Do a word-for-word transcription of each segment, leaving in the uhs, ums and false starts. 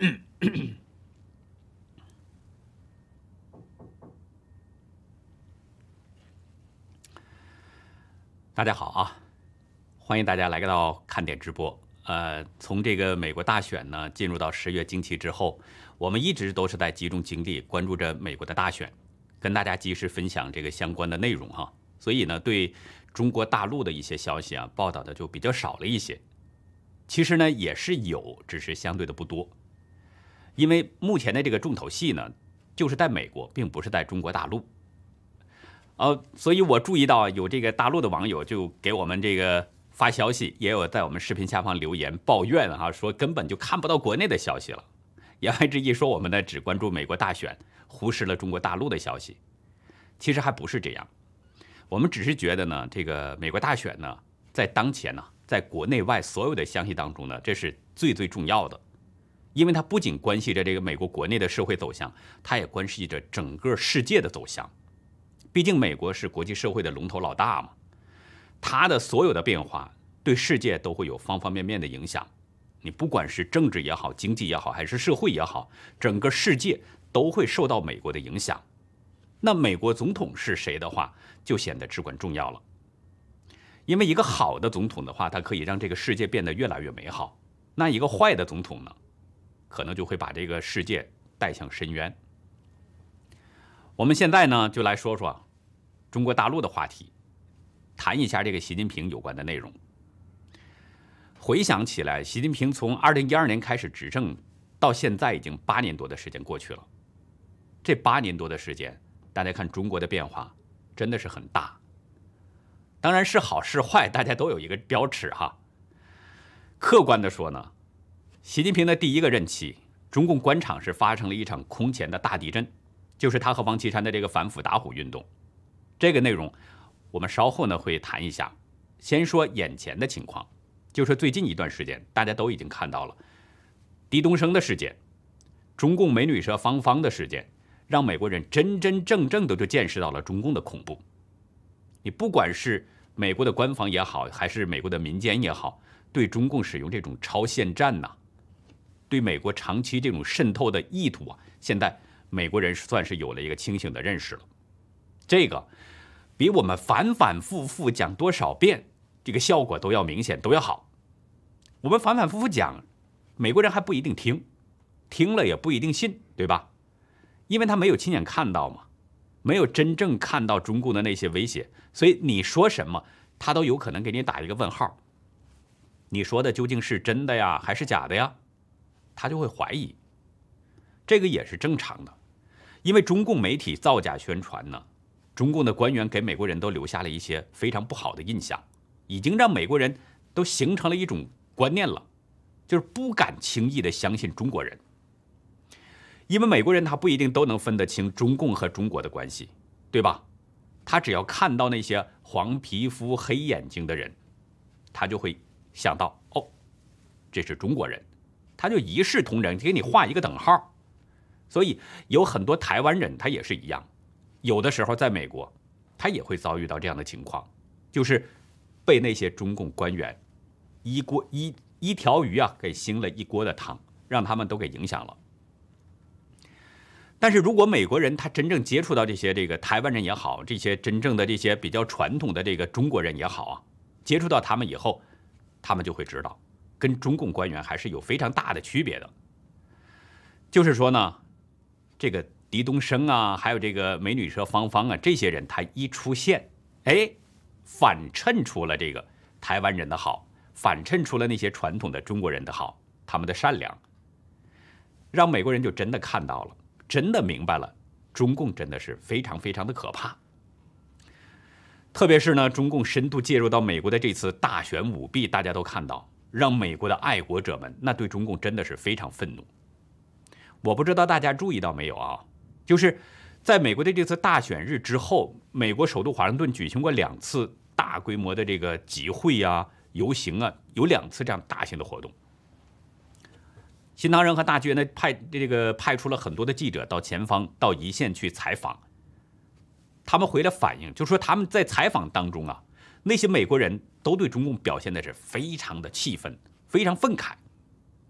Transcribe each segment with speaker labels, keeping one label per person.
Speaker 1: 大家好啊，欢迎大家来到看点直播。呃，从这个美国大选呢进入到十月经期之后，我们一直都是在集中精力关注着美国的大选，跟大家及时分享这个相关的内容哈。所以呢，对中国大陆的一些消息啊，报道的就比较少了一些。其实呢，也是有，只是相对的不多。因为目前的这个重头戏呢，就是在美国，并不是在中国大陆。呃，所以我注意到有这个大陆的网友就给我们这个发消息，也有在我们视频下方留言抱怨啊，说根本就看不到国内的消息了。言外之意说我们呢只关注美国大选，忽视了中国大陆的消息。其实还不是这样，我们只是觉得呢，这个美国大选呢，在当前呢，在国内外所有的消息当中呢，这是最最重要的，因为它不仅关系着这个美国国内的社会走向，它也关系着整个世界的走向。毕竟美国是国际社会的龙头老大嘛，它的所有的变化对世界都会有方方面面的影响。你不管是政治也好，经济也好，还是社会也好，整个世界都会受到美国的影响。那美国总统是谁的话，就显得至关重要了。因为一个好的总统的话，他可以让这个世界变得越来越美好。那一个坏的总统呢，可能就会把这个世界带向深渊。我们现在呢，就来说说中国大陆的话题，谈一下这个习近平有关的内容。回想起来，习近平从二零一二年开始执政，到现在已经八年多的时间过去了。这八年多的时间，大家看中国的变化真的是很大。当然是好是坏，大家都有一个标尺哈。客观的说呢，习近平的第一个任期，中共官场是发生了一场空前的大地震。就是他和王岐山的这个反腐打虎运动，这个内容我们稍后呢会谈一下。先说眼前的情况，就是最近一段时间大家都已经看到了狄东升的事件，中共美女蛇芳芳的事件，让美国人真真正正的就见识到了中共的恐怖。你不管是美国的官方也好，还是美国的民间也好，对中共使用这种超限战呐、啊，对美国长期这种渗透的意图啊，现在美国人算是有了一个清醒的认识了，这个比我们反反复复讲多少遍，这个效果都要明显，都要好。我们反反复复讲，美国人还不一定听，听了也不一定信，对吧？因为他没有亲眼看到嘛，没有真正看到中共的那些威胁，所以你说什么，他都有可能给你打一个问号。你说的究竟是真的呀，还是假的呀？他就会怀疑，这个也是正常的。因为中共媒体造假宣传呢，中共的官员给美国人都留下了一些非常不好的印象，已经让美国人都形成了一种观念了，就是不敢轻易的相信中国人。因为美国人他不一定都能分得清中共和中国的关系，对吧？他只要看到那些黄皮肤黑眼睛的人，他就会想到，哦，这是中国人，他就一视同仁，给你画一个等号。所以有很多台湾人他也是一样，有的时候在美国他也会遭遇到这样的情况，就是被那些中共官员一锅一一条鱼啊给腥了一锅的汤，让他们都给影响了。但是如果美国人他真正接触到这些这个台湾人也好，这些真正的这些比较传统的这个中国人也好啊，接触到他们以后，他们就会知道跟中共官员还是有非常大的区别的。就是说呢，这个狄东升啊，还有这个美女蛇芳芳啊，这些人他一出现，哎，反衬出了这个台湾人的好，反衬出了那些传统的中国人的好，他们的善良，让美国人就真的看到了，真的明白了，中共真的是非常非常的可怕。特别是呢，中共深度介入到美国的这次大选舞弊，大家都看到，让美国的爱国者们那对中共真的是非常愤怒。我不知道大家注意到没有啊？就是在美国的这次大选日之后，美国首都华盛顿举行过两次大规模的这个集会啊、游行啊，有两次这样大型的活动。新唐人和大剧院呢派这个派出了很多的记者到前方、到一线去采访。他们回来反映，就说他们在采访当中啊，那些美国人都对中共表现的是非常的气愤，非常愤慨。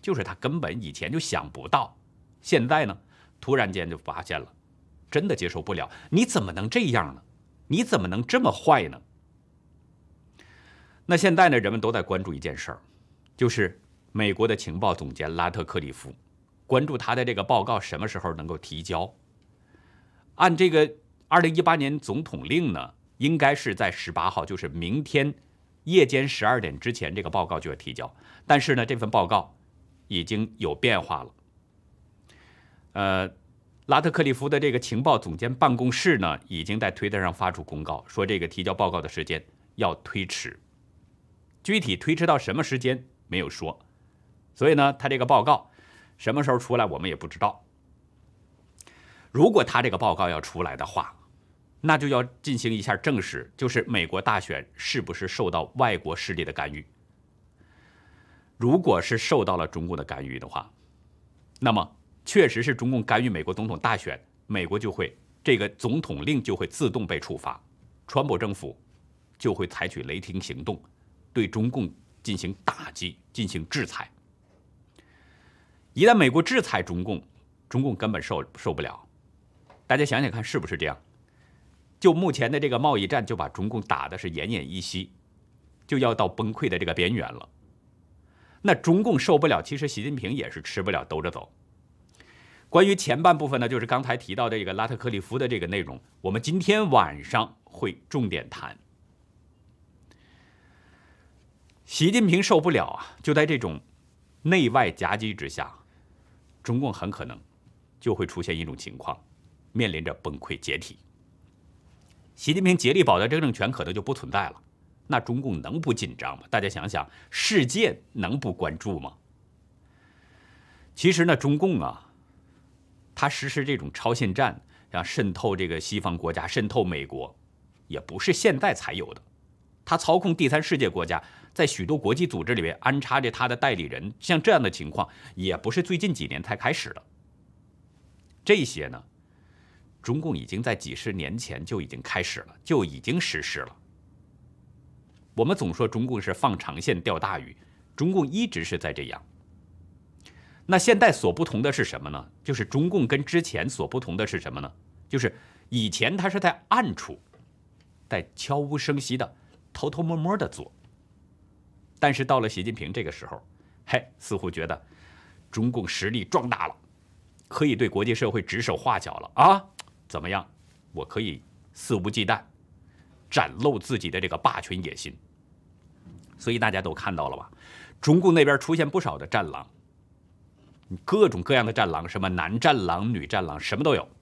Speaker 1: 就是他根本以前就想不到，现在呢，突然间就发现了，真的接受不了。你怎么能这样呢？你怎么能这么坏呢？那现在呢，人们都在关注一件事儿，就是美国的情报总监拉特克里夫，关注他的这个报告什么时候能够提交。按这个二零一八年总统令呢，应该是在十八号，就是明天夜间十二点之前，这个报告就要提交。但是呢，这份报告已经有变化了。呃，拉特克里夫的这个情报总监办公室呢，已经在推特上发出公告，说这个提交报告的时间要推迟。具体推迟到什么时间没有说，所以呢，他这个报告什么时候出来我们也不知道。如果他这个报告要出来的话，那就要进行一下证实，就是美国大选是不是受到外国势力的干预。如果是受到了中共的干预的话，那么确实是中共干预美国总统大选，美国就会这个总统令就会自动被触发，川普政府就会采取雷霆行动，对中共进行打击，进行制裁。一旦美国制裁中共，中共根本受受不了。大家想想看，是不是这样？就目前的这个贸易战，就把中共打的是奄奄一息，就要到崩溃的这个边缘了。那中共受不了，其实习近平也是吃不了兜着走。关于前半部分呢，就是刚才提到的这个拉特克里夫的这个内容，我们今天晚上会重点谈。习近平受不了啊，就在这种内外夹击之下，中共很可能就会出现一种情况，面临着崩溃解体。习近平竭力保的这个政权可能就不存在了，那中共能不紧张吗？大家想想，世界能不关注吗？其实呢，中共啊，他实施这种超限战，让渗透这个西方国家，渗透美国，也不是现在才有的。他操控第三世界国家，在许多国际组织里面安插着他的代理人，像这样的情况，也不是最近几年才开始的。这些呢，中共已经在几十年前就已经开始了，就已经实施了。我们总说中共是放长线钓大鱼，中共一直是在这样。那现在所不同的是什么呢？就是中共跟之前所不同的是什么呢？就是以前他是在暗处，在悄无声息的、偷偷摸摸的做。但是到了习近平这个时候，嘿，似乎觉得中共实力壮大了，可以对国际社会指手画脚了啊！怎么样？我可以肆无忌惮展露自己的这个霸权野心。所以大家都看到了吧？中共那边出现不少的战狼，各种各样的战狼，什么男战狼、女战狼，什么都有。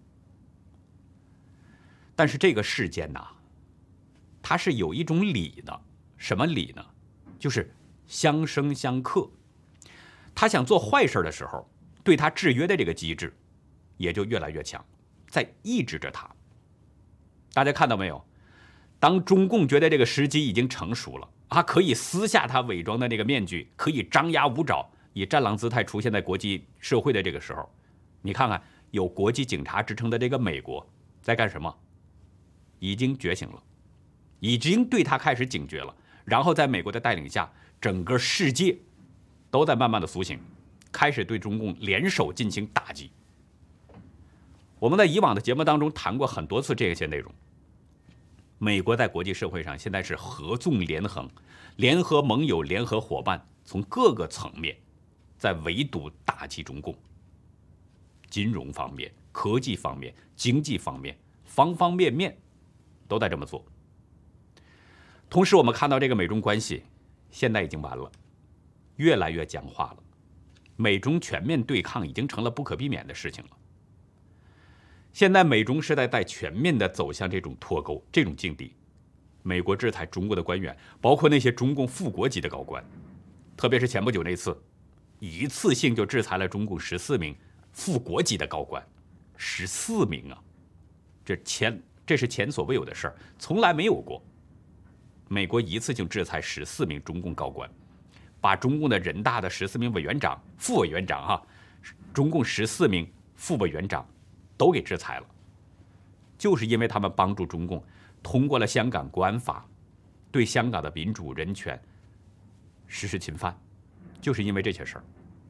Speaker 1: 但是这个世间呐、啊，它是有一种理的，什么理呢？就是相生相克。他想做坏事的时候，对他制约的这个机制也就越来越强，在抑制着他。大家看到没有？当中共觉得这个时机已经成熟了，啊，可以撕下他伪装的那个面具，可以张牙舞爪，以战狼姿态出现在国际社会的这个时候，你看看有国际警察之称的这个美国在干什么？已经觉醒了，已经对他开始警觉了。然后在美国的带领下，整个世界都在慢慢的苏醒，开始对中共联手进行打击。我们在以往的节目当中谈过很多次这些内容。美国在国际社会上现在是合纵连横，联合盟友、联合伙伴，从各个层面在围堵打击中共。金融方面、科技方面、经济方面，方方面面都在这么做。同时我们看到这个美中关系现在已经完了，越来越僵化了，美中全面对抗已经成了不可避免的事情了。现在美中是在在全面的走向这种脱钩这种境地。美国制裁中国的官员，包括那些中共副国级的高官，特别是前不久那次，一次性就制裁了中共十四名副国级的高官，十四名啊，这前这是前所未有的事儿，从来没有过。美国一次性制裁十四名中共高官，把中共的人大的十四名委员长、副委员长哈、啊，中共十四名副委员长都给制裁了，就是因为他们帮助中共通过了香港国安法，对香港的民主人权实施侵犯，就是因为这些事儿。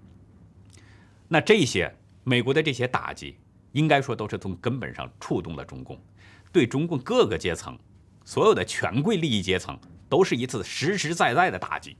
Speaker 1: 那这些美国的这些打击，应该说都是从根本上触动了中共，对中共各个阶层、所有的权贵利益阶层都是一次实实在在的打击。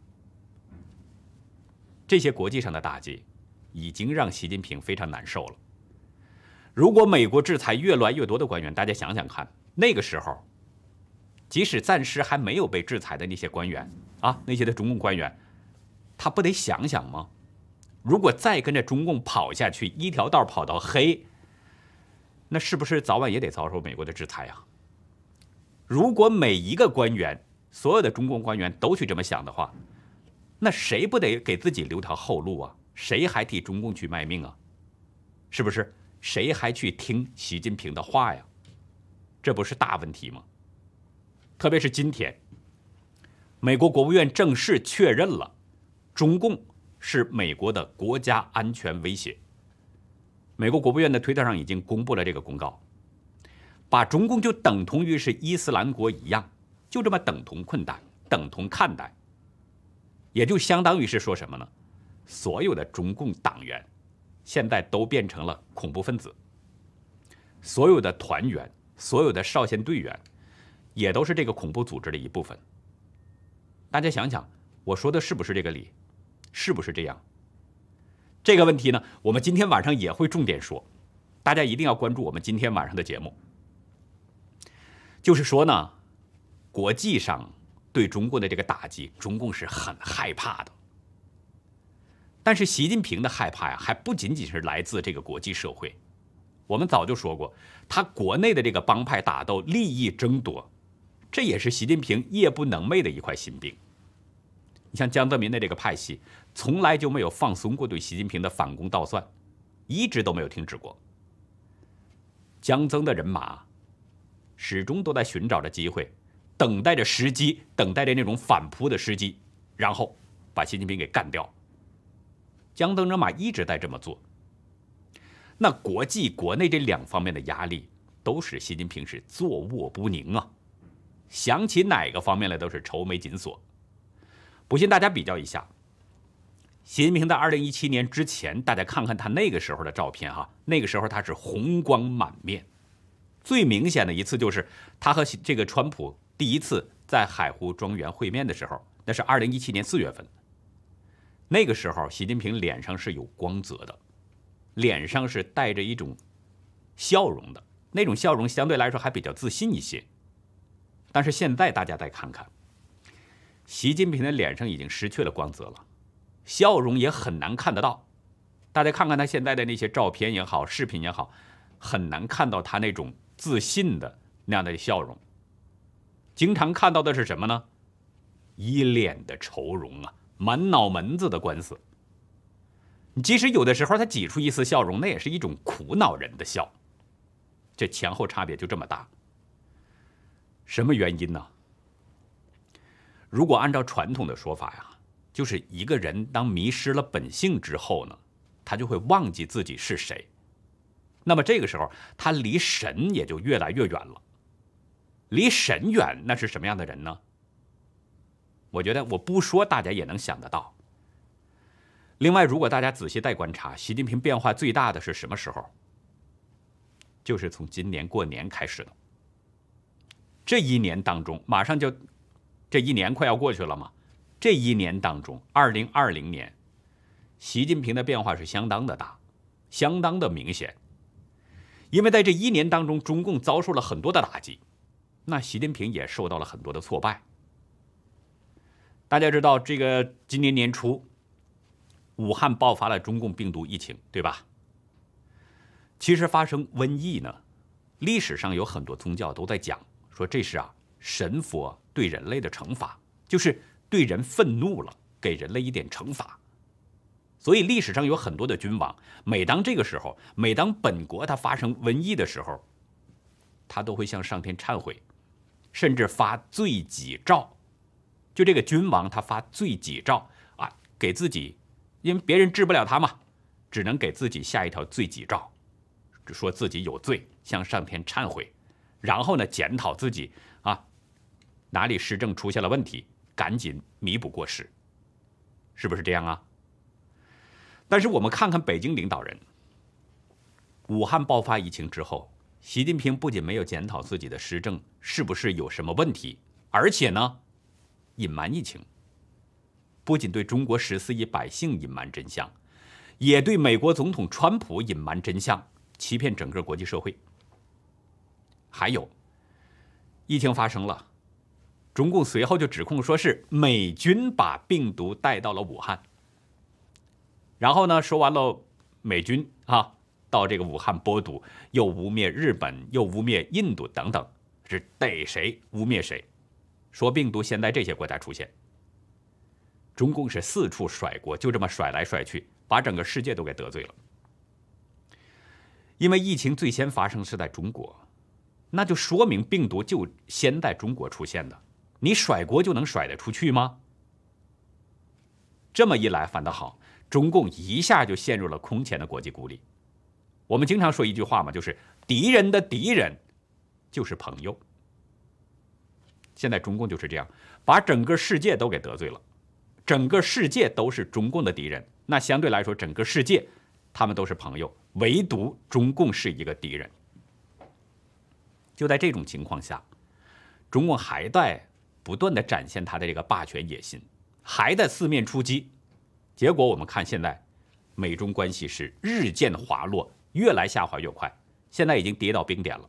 Speaker 1: 这些国际上的打击已经让习近平非常难受了。如果美国制裁越来越多的官员，大家想想看，那个时候，即使暂时还没有被制裁的那些官员啊，那些的中共官员，他不得想想吗？如果再跟着中共跑下去，一条道跑到黑，那是不是早晚也得遭受美国的制裁啊？如果每一个官员，所有的中共官员都去这么想的话，那谁不得给自己留条后路啊？谁还替中共去卖命啊？是不是？谁还去听习近平的话呀？这不是大问题吗？特别是今天，美国国务院正式确认了中共是美国的国家安全威胁。美国国务院的推特上已经公布了这个公告，把中共就等同于是伊斯兰国一样，就这么等同困待、等同看待，也就相当于是说什么呢？所有的中共党员现在都变成了恐怖分子，所有的团员、所有的少先队员也都是这个恐怖组织的一部分。大家想想，我说的是不是这个理？是不是这样？这个问题呢，我们今天晚上也会重点说，大家一定要关注我们今天晚上的节目。就是说呢，国际上对中共的这个打击，中共是很害怕的。但是习近平的害怕呀，还不仅仅是来自这个国际社会。我们早就说过，他国内的这个帮派打斗、利益争夺，这也是习近平夜不能寐的一块心病。你像江泽民的这个派系，从来就没有放松过对习近平的反攻倒算，一直都没有停止过。江增的人马始终都在寻找着机会，等待着时机，等待着那种反扑的时机，然后把习近平给干掉。江增人马一直在这么做。那国际国内这两方面的压力，都使习近平是坐卧不宁啊，想起哪个方面来都是愁眉紧锁。不信大家比较一下，习近平在二零一七年之前，大家看看他那个时候的照片哈，那个时候他是红光满面。最明显的一次就是他和这个川普第一次在海湖庄园会面的时候，那是二零一七年四月份。那个时候，习近平脸上是有光泽的，脸上是带着一种笑容的，那种笑容相对来说还比较自信一些。但是现在大家再看看，习近平的脸上已经失去了光泽了，笑容也很难看得到。大家看看他现在的那些照片也好，视频也好，很难看到他那种自信的那样的笑容。经常看到的是什么呢？一脸的愁容啊，满脑门子的官司。即使有的时候他挤出一丝笑容，那也是一种苦恼人的笑。这前后差别就这么大。什么原因呢？如果按照传统的说法呀，就是一个人当迷失了本性之后呢，他就会忘记自己是谁。那么这个时候，他离神也就越来越远了。离神远，那是什么样的人呢？我觉得我不说，大家也能想得到。另外，如果大家仔细再观察，习近平变化最大的是什么时候？就是从今年过年开始的。这一年当中，马上就这一年快要过去了嘛。这一年当中，二零二零年，习近平的变化是相当的大，相当的明显。因为在这一年当中，中共遭受了很多的打击，那习近平也受到了很多的挫败。大家知道，这个今年年初，武汉爆发了中共病毒疫情，对吧？其实发生瘟疫呢，历史上有很多宗教都在讲，说这是啊神佛对人类的惩罚，就是对人愤怒了，给人类一点惩罚。所以历史上有很多的君王，每当这个时候，每当本国它发生瘟疫的时候，他都会向上天忏悔，甚至发罪己诏。就这个君王他发罪己诏啊，给自己，因为别人治不了他嘛，只能给自己下一条罪己诏，说自己有罪，向上天忏悔，然后呢检讨自己啊哪里施政出现了问题，赶紧弥补过失，是不是这样啊？ 但是我们看看北京领导人，武汉爆发疫情之后，习近平不仅没有检讨自己的施政是不是有什么问题，而且呢，隐瞒疫情，不仅对中国十四亿百姓隐瞒真相，也对美国总统川普隐瞒真相，欺骗整个国际社会。还有，疫情发生了，中共随后就指控说是美军把病毒带到了武汉。然后呢，说完了美军啊到这个武汉播毒，又污蔑日本，又污蔑印度等等，是逮谁污蔑谁，说病毒先在这些国家出现。中共是四处甩锅，就这么甩来甩去，把整个世界都给得罪了。因为疫情最先发生是在中国，那就说明病毒就先在中国出现的，你甩锅就能甩得出去吗？这么一来反倒好，中共一下就陷入了空前的国际孤立。我们经常说一句话嘛，就是敌人的敌人就是朋友。现在中共就是这样，把整个世界都给得罪了，整个世界都是中共的敌人，那相对来说整个世界他们都是朋友，唯独中共是一个敌人。就在这种情况下，中共还在不断的展现他的这个霸权野心，还在四面出击。结果我们看现在美中关系是日渐滑落，越来下滑越快，现在已经跌到冰点了。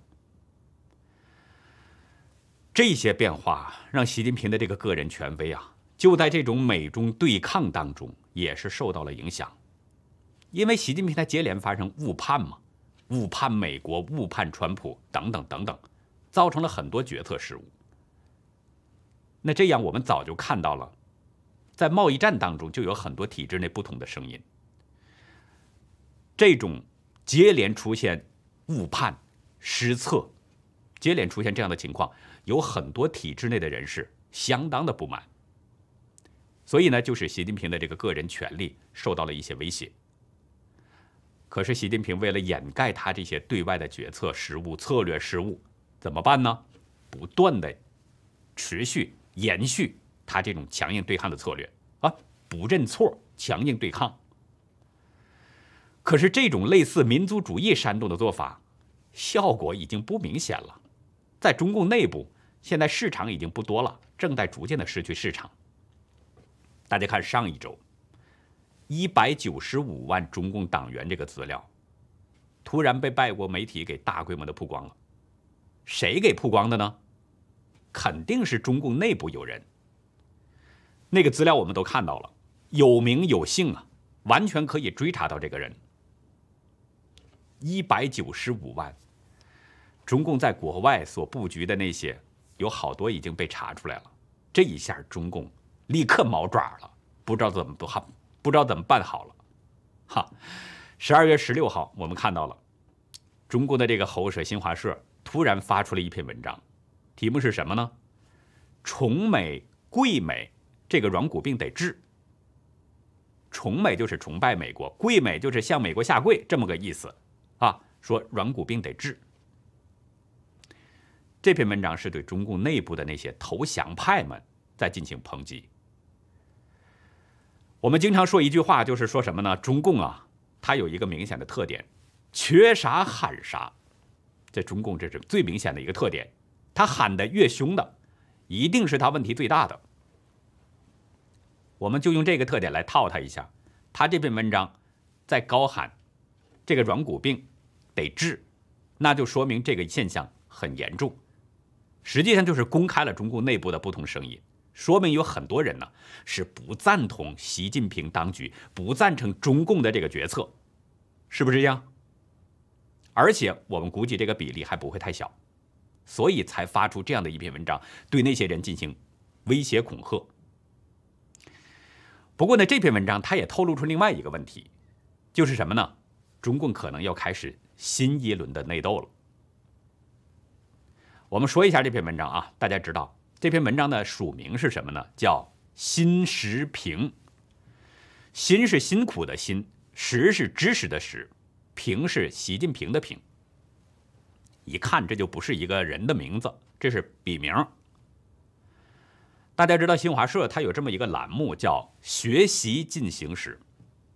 Speaker 1: 这些变化让习近平的这个个人权威啊，就在这种美中对抗当中也是受到了影响。因为习近平他接连发生误判嘛，误判美国，误判川普等等等等，造成了很多决策失误。那这样我们早就看到了，在贸易战当中就有很多体制内不同的声音。这种接连出现误判、失策，接连出现这样的情况，有很多体制内的人士相当的不满。所以呢，就是习近平的这个个人权利受到了一些威胁。可是习近平为了掩盖他这些对外的决策失误、策略失误，怎么办呢？不断的持续延续他这种强硬对抗的策略啊，不认错，强硬对抗。可是这种类似民族主义煽动的做法，效果已经不明显了。在中共内部，现在市场已经不多了，正在逐渐的失去市场。大家看上一周，一百九十五万中共党员这个资料，突然被外国媒体给大规模的曝光了。谁给曝光的呢？肯定是中共内部有人。那个资料我们都看到了，有名有姓啊，完全可以追查到这个人。一百九十五万，中共在国外所布局的那些，有好多已经被查出来了。这一下中共立刻毛爪了，不知道怎么不好，不知道怎么办好了。哈，十二月十六号，我们看到了中共的这个喉舌新华社突然发出了一篇文章，题目是什么呢？崇美贵美，这个软骨病得治。崇美就是崇拜美国，贵美就是向美国下跪，这么个意思啊。说软骨病得治。这篇文章是对中共内部的那些投降派们在进行抨击。我们经常说一句话，就是说什么呢？中共啊，它有一个明显的特点，缺啥喊啥。在中共这是最明显的一个特点，他喊得越凶的，一定是他问题最大的。我们就用这个特点来套他一下。他这篇文章在高喊这个软骨病得治，那就说明这个现象很严重。实际上就是公开了中共内部的不同声音，说明有很多人呢是不赞同习近平当局，不赞成中共的这个决策，是不是这样？而且我们估计这个比例还不会太小，所以才发出这样的一篇文章，对那些人进行威胁恐吓。不过呢，这篇文章它也透露出另外一个问题，就是什么呢？中共可能要开始新一轮的内斗了。我们说一下这篇文章啊，大家知道这篇文章的署名是什么呢？叫辛时平。辛是辛苦的辛，时是知识的时，平是习近平的平。一看这就不是一个人的名字，这是笔名。大家知道新华社它有这么一个栏目叫学习进行时，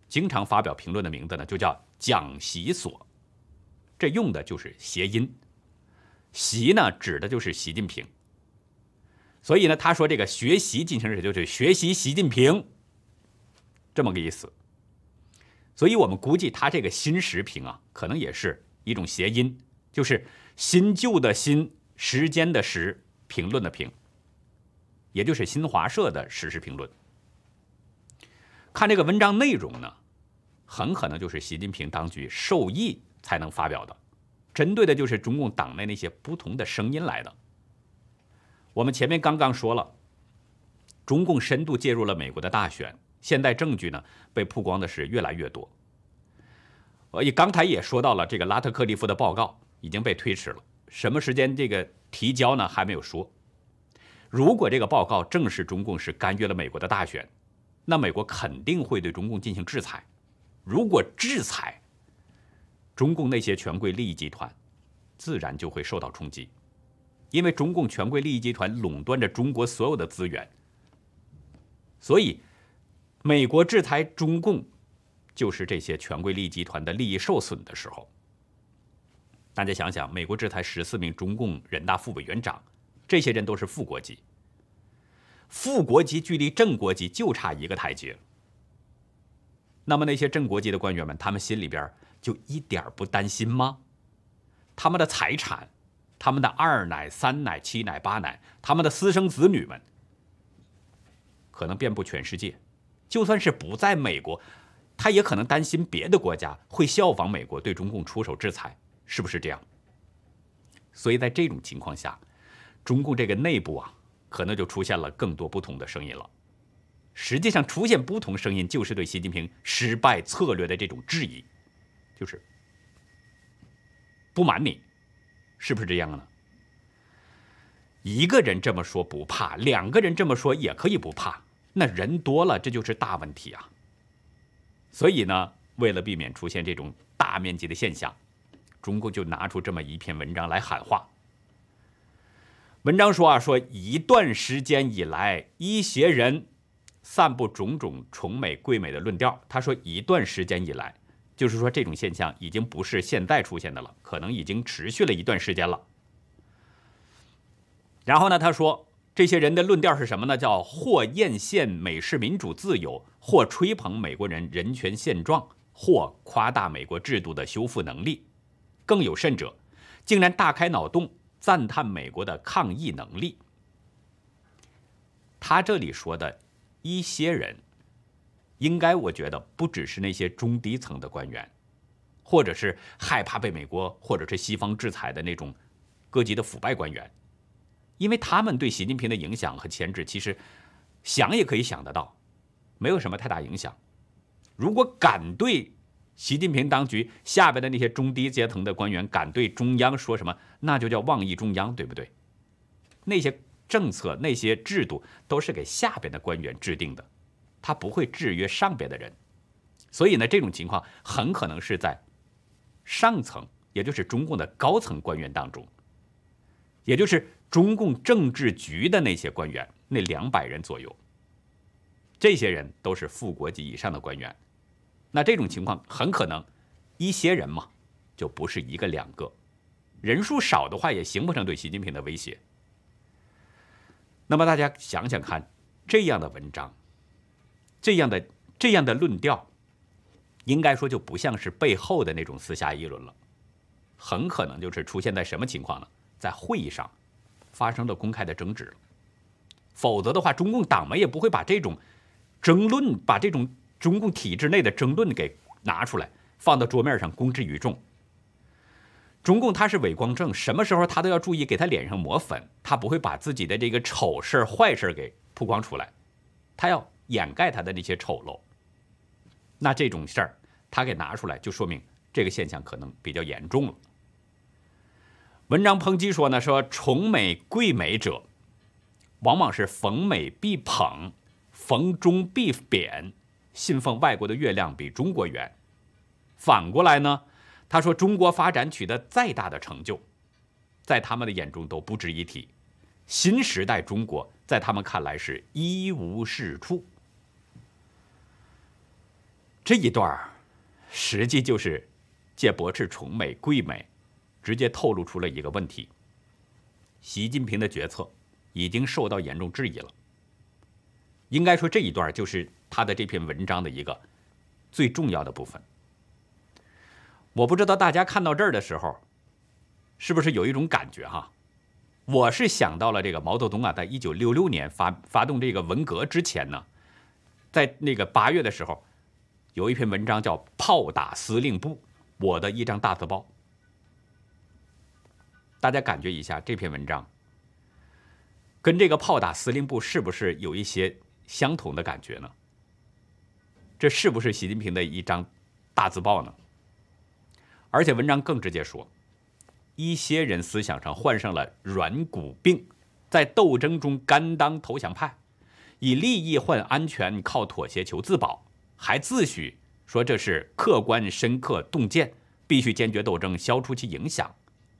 Speaker 1: 经常发表评论的名字呢，就叫讲习所，这用的就是谐音。习呢，指的就是习近平。所以呢，他说这个学习进行时就是学习习近平，这么个意思。所以我们估计他这个新时评啊，可能也是一种谐音，就是新旧的新，时间的时，评论的评，也就是新华社的时事评论。看这个文章内容呢，很可能就是习近平当局授意才能发表的，针对的就是中共党内那些不同的声音来的。我们前面刚刚说了，中共深度介入了美国的大选，现在证据呢被曝光的是越来越多。我刚才也说到了，这个拉特克利夫的报告已经被推迟了，什么时间这个提交呢还没有说。如果这个报告证实中共是干预了美国的大选，那美国肯定会对中共进行制裁。如果制裁，中共那些权贵利益集团自然就会受到冲击，因为中共权贵利益集团垄断着中国所有的资源，所以美国制裁中共就是这些权贵利益集团的利益受损的时候。大家想想，美国制裁十四名中共人大副委员长，这些人都是副国级，副国级距离正国级就差一个台阶。那么那些正国级的官员们，他们心里边就一点不担心吗？他们的财产，他们的二奶、三奶、七奶、八奶，他们的私生子女们，可能遍布全世界。就算是不在美国，他也可能担心别的国家会效仿美国对中共出手制裁，是不是这样？所以在这种情况下，中共这个内部啊，可能就出现了更多不同的声音了。实际上，出现不同声音，就是对习近平失败策略的这种质疑，就是不瞒你，是不是这样呢？一个人这么说不怕，两个人这么说也可以不怕，那人多了，这就是大问题啊。所以呢，为了避免出现这种大面积的现象，中共就拿出这么一篇文章来喊话。文章说啊，说一段时间以来，一些人散布种种崇美贵美的论调。他说一段时间以来，就是说这种现象已经不是现在出现的了，可能已经持续了一段时间了。然后呢，他说这些人的论调是什么呢？叫或艳羡美式民主自由，或吹捧美国人人权现状，或夸大美国制度的修复能力，更有甚者，竟然大开脑洞赞叹美国的抗疫能力。他这里说的一些人，应该我觉得不只是那些中低层的官员，或者是害怕被美国或者是西方制裁的那种各级的腐败官员，因为他们对习近平的影响和牵制，其实想也可以想得到，没有什么太大影响。如果敢对习近平当局下边的那些中低阶层的官员敢对中央说什么，那就叫妄议中央，对不对？那些政策、那些制度都是给下边的官员制定的，他不会制约上边的人。所以呢，这种情况很可能是在上层，也就是中共的高层官员当中，也就是中共政治局的那些官员，那两百人左右，这些人都是副国级以上的官员。那这种情况很可能一些人嘛，就不是一个两个，人数少的话也形不成对习近平的威胁。那么大家想想看，这样的文章，这样的这样的论调，应该说就不像是背后的那种私下议论了，很可能就是出现在什么情况呢？在会议上发生了公开的争执，否则的话，中共党媒也不会把这种争论，把这种中共体制内的争论给拿出来，放到桌面上公之于众。中共他是伪光正，什么时候他都要注意给他脸上抹粉，他不会把自己的这个丑事坏事给曝光出来，他要掩盖他的那些丑陋。那这种事儿他给拿出来，就说明这个现象可能比较严重了。文章抨击说呢，说崇美贵美者，往往是逢美必捧，逢中必贬，信奉外国的月亮比中国圆。反过来呢，他说中国发展取得再大的成就，在他们的眼中都不值一提，新时代中国在他们看来是一无是处。 这一段实际就是借驳斥崇美贵美，直接透露出了一个问题：习近平的决策已经受到严重质疑了。应该说这一段就是他的这篇文章的一个最重要的部分。我不知道大家看到这儿的时候，是不是有一种感觉哈？我是想到了这个毛泽东啊，在一九六六年发发动这个文革之前呢，在那个八月的时候，有一篇文章叫《炮打司令部》，我的一张大字报。大家感觉一下这篇文章，跟这个炮打司令部是不是有一些相同的感觉呢？这是不是习近平的一张大字报呢？而且文章更直接说，一些人思想上患上了软骨病，在斗争中甘当投降派，以利益换安全，靠妥协求自保，还自诩说这是客观深刻洞见，必须坚决斗争，消除其影响。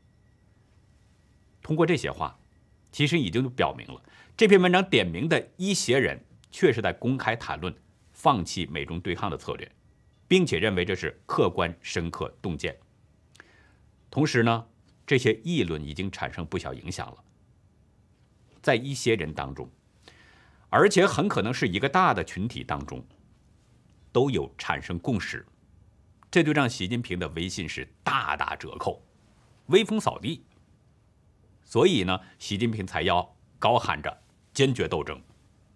Speaker 1: 通过这些话，其实已经表明了这篇文章点名的一些人确实在公开谈论放弃美中对抗的策略，并且认为这是客观深刻洞见。同时呢，这些议论已经产生不小影响了，在一些人当中，而且很可能是一个大的群体当中，都有产生共识，这就让习近平的威信是大打折扣，威风扫地。所以呢，习近平才要高喊着坚决斗争。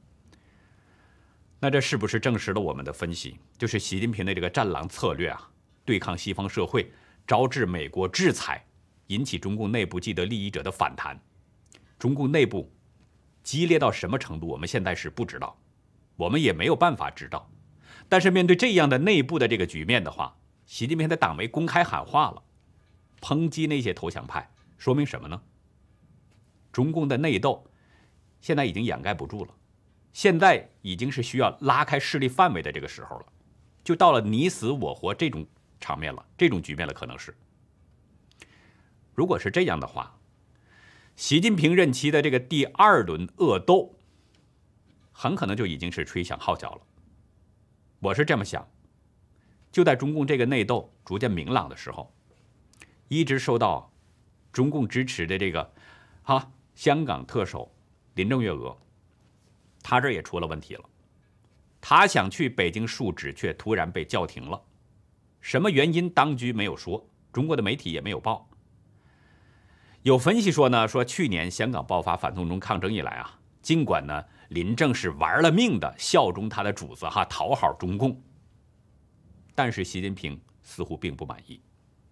Speaker 1: 那这是不是证实了我们的分析，就是习近平的这个战狼策略啊，对抗西方社会，招致美国制裁，引起中共内部既得利益者的反弹？中共内部激烈到什么程度，我们现在是不知道，我们也没有办法知道。但是面对这样的内部的这个局面的话，习近平的党媒公开喊话了，抨击那些投降派，说明什么呢？中共的内斗现在已经掩盖不住了，现在已经是需要拉开势力范围的这个时候了，就到了你死我活这种场面了，这种局面了。可能是，如果是这样的话，习近平任期的这个第二轮恶斗，很可能就已经是吹响号角了。我是这么想，就在中共这个内斗逐渐明朗的时候，一直受到中共支持的这个啊香港特首林郑月娥，他这也出了问题了。他想去北京述职，却突然被叫停了。什么原因，当局没有说，中国的媒体也没有报。有分析说呢，说去年香港爆发反送中抗争以来啊，尽管呢林郑是玩了命的效忠他的主子哈，讨好中共，但是习近平似乎并不满意。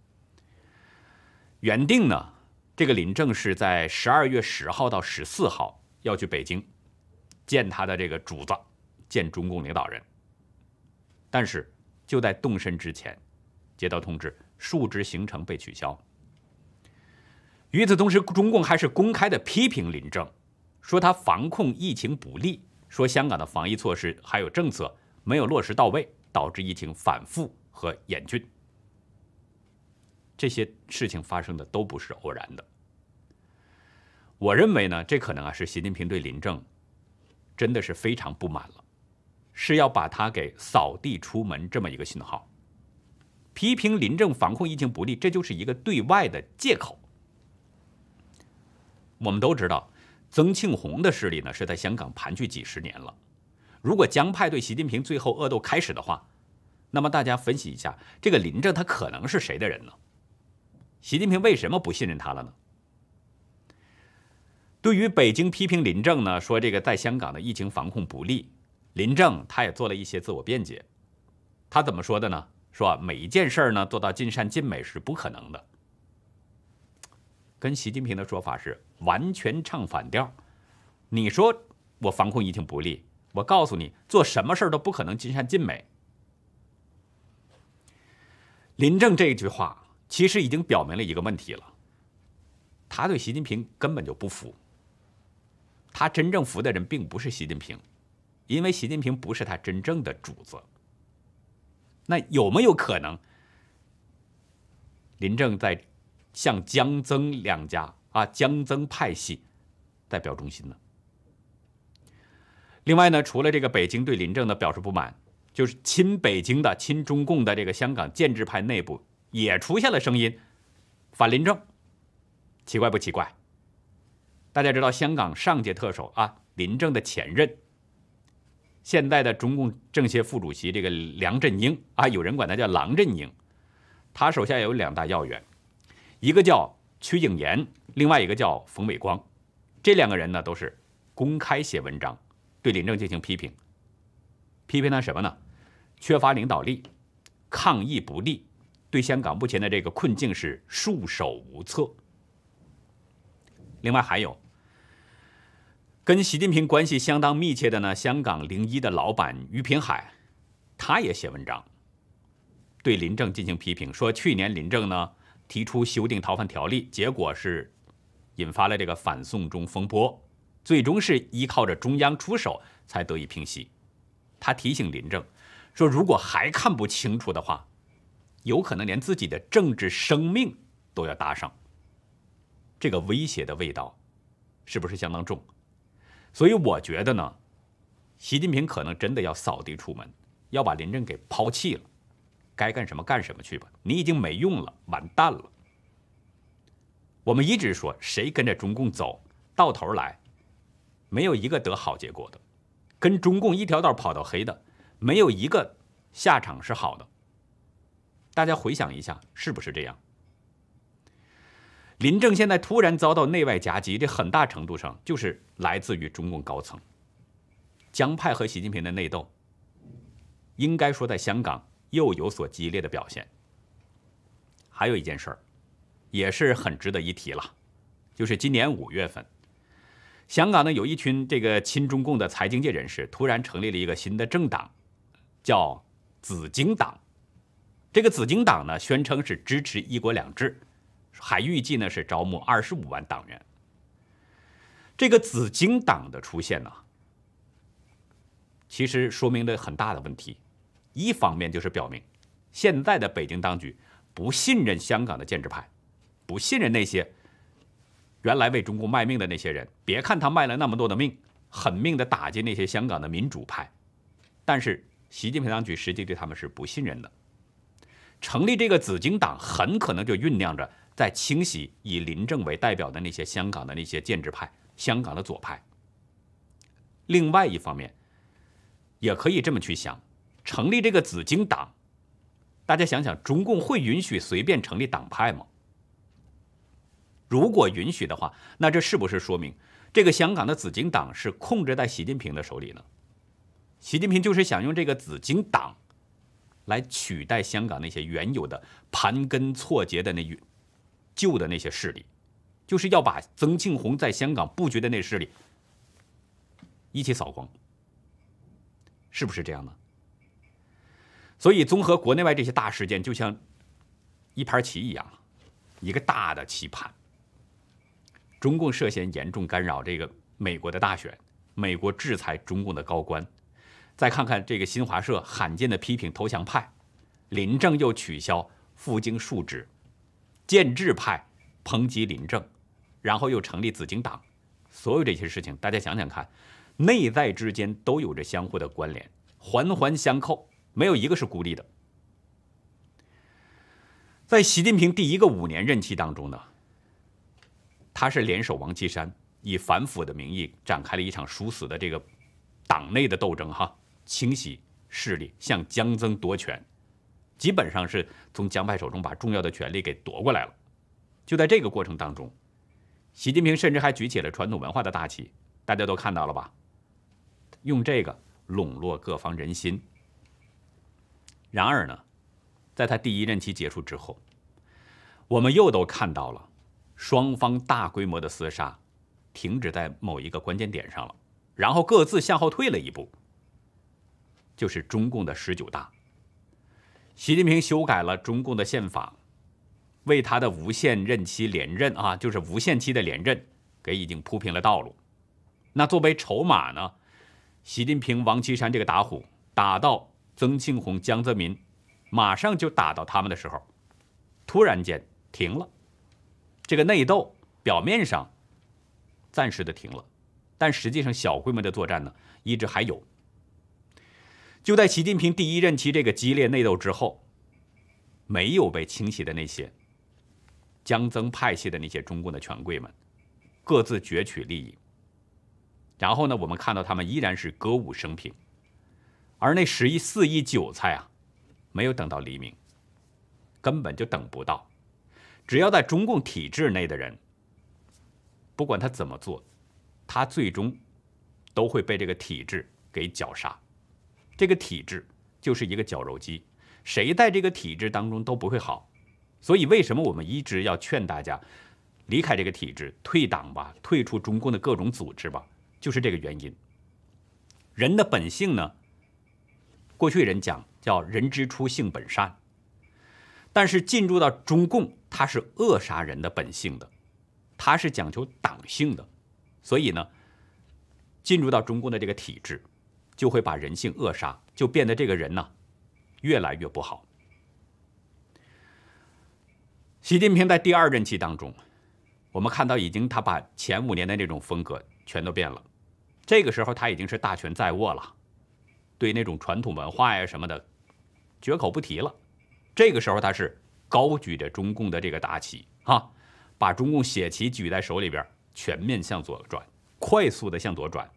Speaker 1: 原定呢，这个林郑是在十二月十号到十四号要去北京见他的这个主子，见中共领导人。但是就在动身之前，接到通知，述职行程被取消。与此同时，中共还是公开的批评林郑，说他防控疫情不力，说香港的防疫措施还有政策没有落实到位，导致疫情反复和严峻。这些事情发生的都不是偶然的。我认为呢，这可能啊是习近平对林郑真的是非常不满了，是要把他给扫地出门这么一个信号。批评林郑防控疫情不力，这就是一个对外的借口。我们都知道，曾庆红的势力呢是在香港盘踞几十年了。如果江派对习近平最后恶斗开始的话，那么大家分析一下，这个林郑他可能是谁的人呢？习近平为什么不信任他了呢？对于北京批评林郑呢，说这个在香港的疫情防控不力，林郑他也做了一些自我辩解。他怎么说的呢？说每一件事呢做到尽善尽美是不可能的，跟习近平的说法是完全唱反调。你说我防控疫情不力，我告诉你，做什么事都不可能尽善尽美。林郑这句话其实已经表明了一个问题了，他对习近平根本就不服。他真正服的人并不是习近平，因为习近平不是他真正的主子。那有没有可能林郑在向江曾两家啊江曾派系代表中心呢？另外呢，除了这个北京对林郑的表示不满， 就是亲北京的、亲中共的这个香港建制派内部也出现了声音反林郑，奇怪不奇怪？大家知道香港上届特首啊，林郑的前任，现在的中共政协副主席这个梁振英啊，有人管他叫郎振英，他手下有两大要员，一个叫瞿颖妍，另外一个叫冯伟光，这两个人呢都是公开写文章对林郑进行批评，批评他什么呢？缺乏领导力，抗疫不力，对香港目前的这个困境是束手无策。另外还有跟习近平关系相当密切的呢，香港零一的老板于平海，他也写文章对林郑进行批评，说去年林郑呢提出修订逃犯条例，结果是引发了这个反送中风波，最终是依靠着中央出手才得以平息。他提醒林郑说，如果还看不清楚的话，有可能连自己的政治生命都要搭上。这个威胁的味道是不是相当重？所以我觉得呢，习近平可能真的要扫地出门，要把林郑给抛弃了，该干什么干什么去吧，你已经没用了，完蛋了。我们一直说，谁跟着中共走，到头来没有一个得好结果的，跟中共一条道跑到黑的，没有一个下场是好的。大家回想一下，是不是这样？林郑现在突然遭到内外夹击，这很大程度上就是来自于中共高层。江派和习近平的内斗，应该说在香港又有所激烈的表现。还有一件事儿，也是很值得一提了，就是今年五月份，香港呢有一群这个亲中共的财经界人士突然成立了一个新的政党，叫紫荆党。这个紫荆党呢宣称是支持一国两制，还预计呢是招募二十五万党员。这个紫荆党的出现呢，其实说明了很大的问题。一方面就是表明，现在的北京当局不信任香港的建制派，不信任那些原来为中共卖命的那些人。别看他卖了那么多的命，狠命的打击那些香港的民主派，但是习近平当局实际对他们是不信任的。成立这个紫荆党，很可能就酝酿着在清洗以林郑为代表的那些香港的那些建制派、香港的左派。另外一方面，也可以这么去想，成立这个紫荆党，大家想想，中共会允许随便成立党派吗？如果允许的话，那这是不是说明这个香港的紫荆党是控制在习近平的手里呢？习近平就是想用这个紫荆党来取代香港那些原有的盘根错节的那旧的那些势力，就是要把曾庆红在香港布局的那势力一起扫光，是不是这样呢？所以综合国内外这些大事件，就像一盘棋一样，一个大的棋盘。中共涉嫌严重干扰这个美国的大选，美国制裁中共的高官，再看看这个新华社罕见的批评投降派，林郑又取消赴京述职，建制派抨击林郑，然后又成立紫荆党，所有这些事情，大家想想看，内在之间都有着相互的关联，环环相扣，没有一个是孤立的。在习近平第一个五年任期当中呢，他是联手王岐山，以反腐的名义展开了一场殊死的这个党内的斗争哈，清洗势力，向江增夺权，基本上是从江派手中把重要的权力给夺过来了。就在这个过程当中，习近平甚至还举起了传统文化的大旗，大家都看到了吧？用这个笼络各方人心。然而呢，在他第一任期结束之后，我们又都看到了双方大规模的厮杀停止在某一个关键点上了，然后各自向后退了一步，就是中共的十九大。习近平修改了中共的宪法，为他的无限任期连任啊，就是无限期的连任，给已经铺平了道路。那作为筹码呢，习近平、王岐山这个打虎打到曾庆红、江泽民，马上就打到他们的时候，突然间停了。这个内斗表面上暂时的停了，但实际上小规模的作战呢，一直还有。 就在习近平第一任期这个激烈内斗之后，没有被清洗的那些江增派系的那些中共的权贵们，各自攫取利益。然后呢，我们看到他们依然是歌舞升平，而那十亿四亿韭菜啊，没有等到黎明，根本就等不到。只要在中共体制内的人，不管他怎么做，他最终都会被这个体制给绞杀。这个体制就是一个绞肉机，谁在这个体制当中都不会好。所以为什么我们一直要劝大家离开这个体制，退党吧，退出中共的各种组织吧，就是这个原因。人的本性呢，过去人讲叫人之初性本善，但是进入到中共，它是扼杀人的本性的，它是讲求党性的，所以呢，进入到中共的这个体制，就会把人性扼杀，就变得这个人呢越来越不好。习近平在第二任期当中，我们看到已经他把前五年的那种风格全都变了，这个时候他已经是大权在握了，对那种传统文化呀什么的绝口不提了。这个时候他是高举着中共的这个大旗啊，把中共血旗举在手里边，全面向左转，快速的向左转。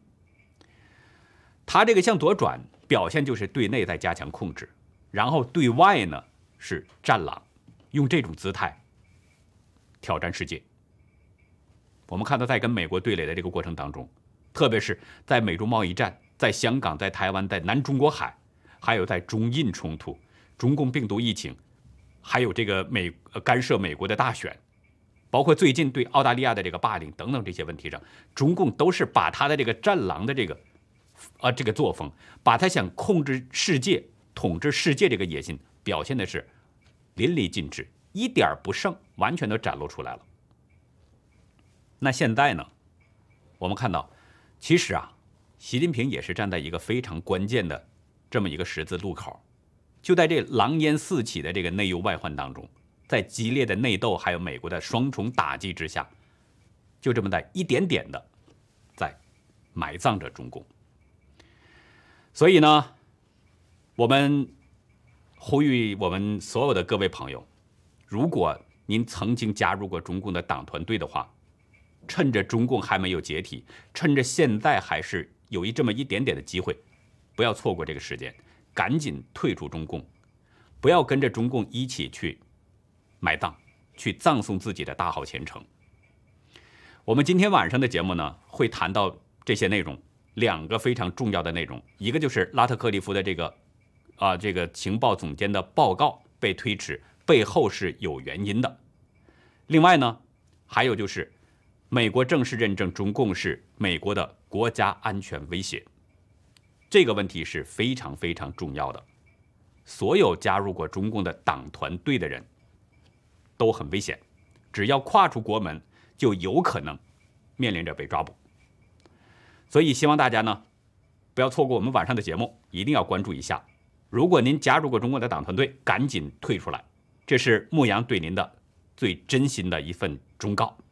Speaker 1: 他这个向左转表现就是对内在加强控制，然后对外呢是战狼，用这种姿态挑战世界。我们看到在跟美国对垒的这个过程当中，特别是在美中贸易战，在香港，在台湾，在南中国海，还有在中印冲突、中共病毒疫情，还有这个美干涉美国的大选，包括最近对澳大利亚的这个霸凌等等这些问题上，中共都是把他的这个战狼的这个啊这个作风，把他想控制世界、统治世界这个野心表现的是淋漓尽致，一点不剩，完全都展露出来了。那现在呢，我们看到，其实啊，习近平也是站在一个非常关键的这么一个十字路口，就在这狼烟四起的这个内忧外患当中，在激烈的内斗还有美国的双重打击之下，就这么在一点点的在埋葬着中共。所以呢，我们呼吁我们所有的各位朋友，如果您曾经加入过中共的党团队的话，趁着中共还没有解体，趁着现在还是有一这么一点点的机会，不要错过这个时间，赶紧退出中共，不要跟着中共一起去埋葬，去葬送自己的大好前程。我们今天晚上的节目呢，会谈到这些内容，两个非常重要的内容，一个就是拉特克利夫的这个啊、呃、这个情报总监的报告被推迟，背后是有原因的。另外呢，还有就是美国正式认证中共是美国的国家安全威胁，这个问题是非常非常重要的。所有加入过中共的党团队的人都很危险，只要跨出国门，就有可能面临着被抓捕。所以希望大家呢，不要错过我们晚上的节目，一定要关注一下。如果您加入过中共的党团队，赶紧退出来，这是牧羊对您的最真心的一份忠告。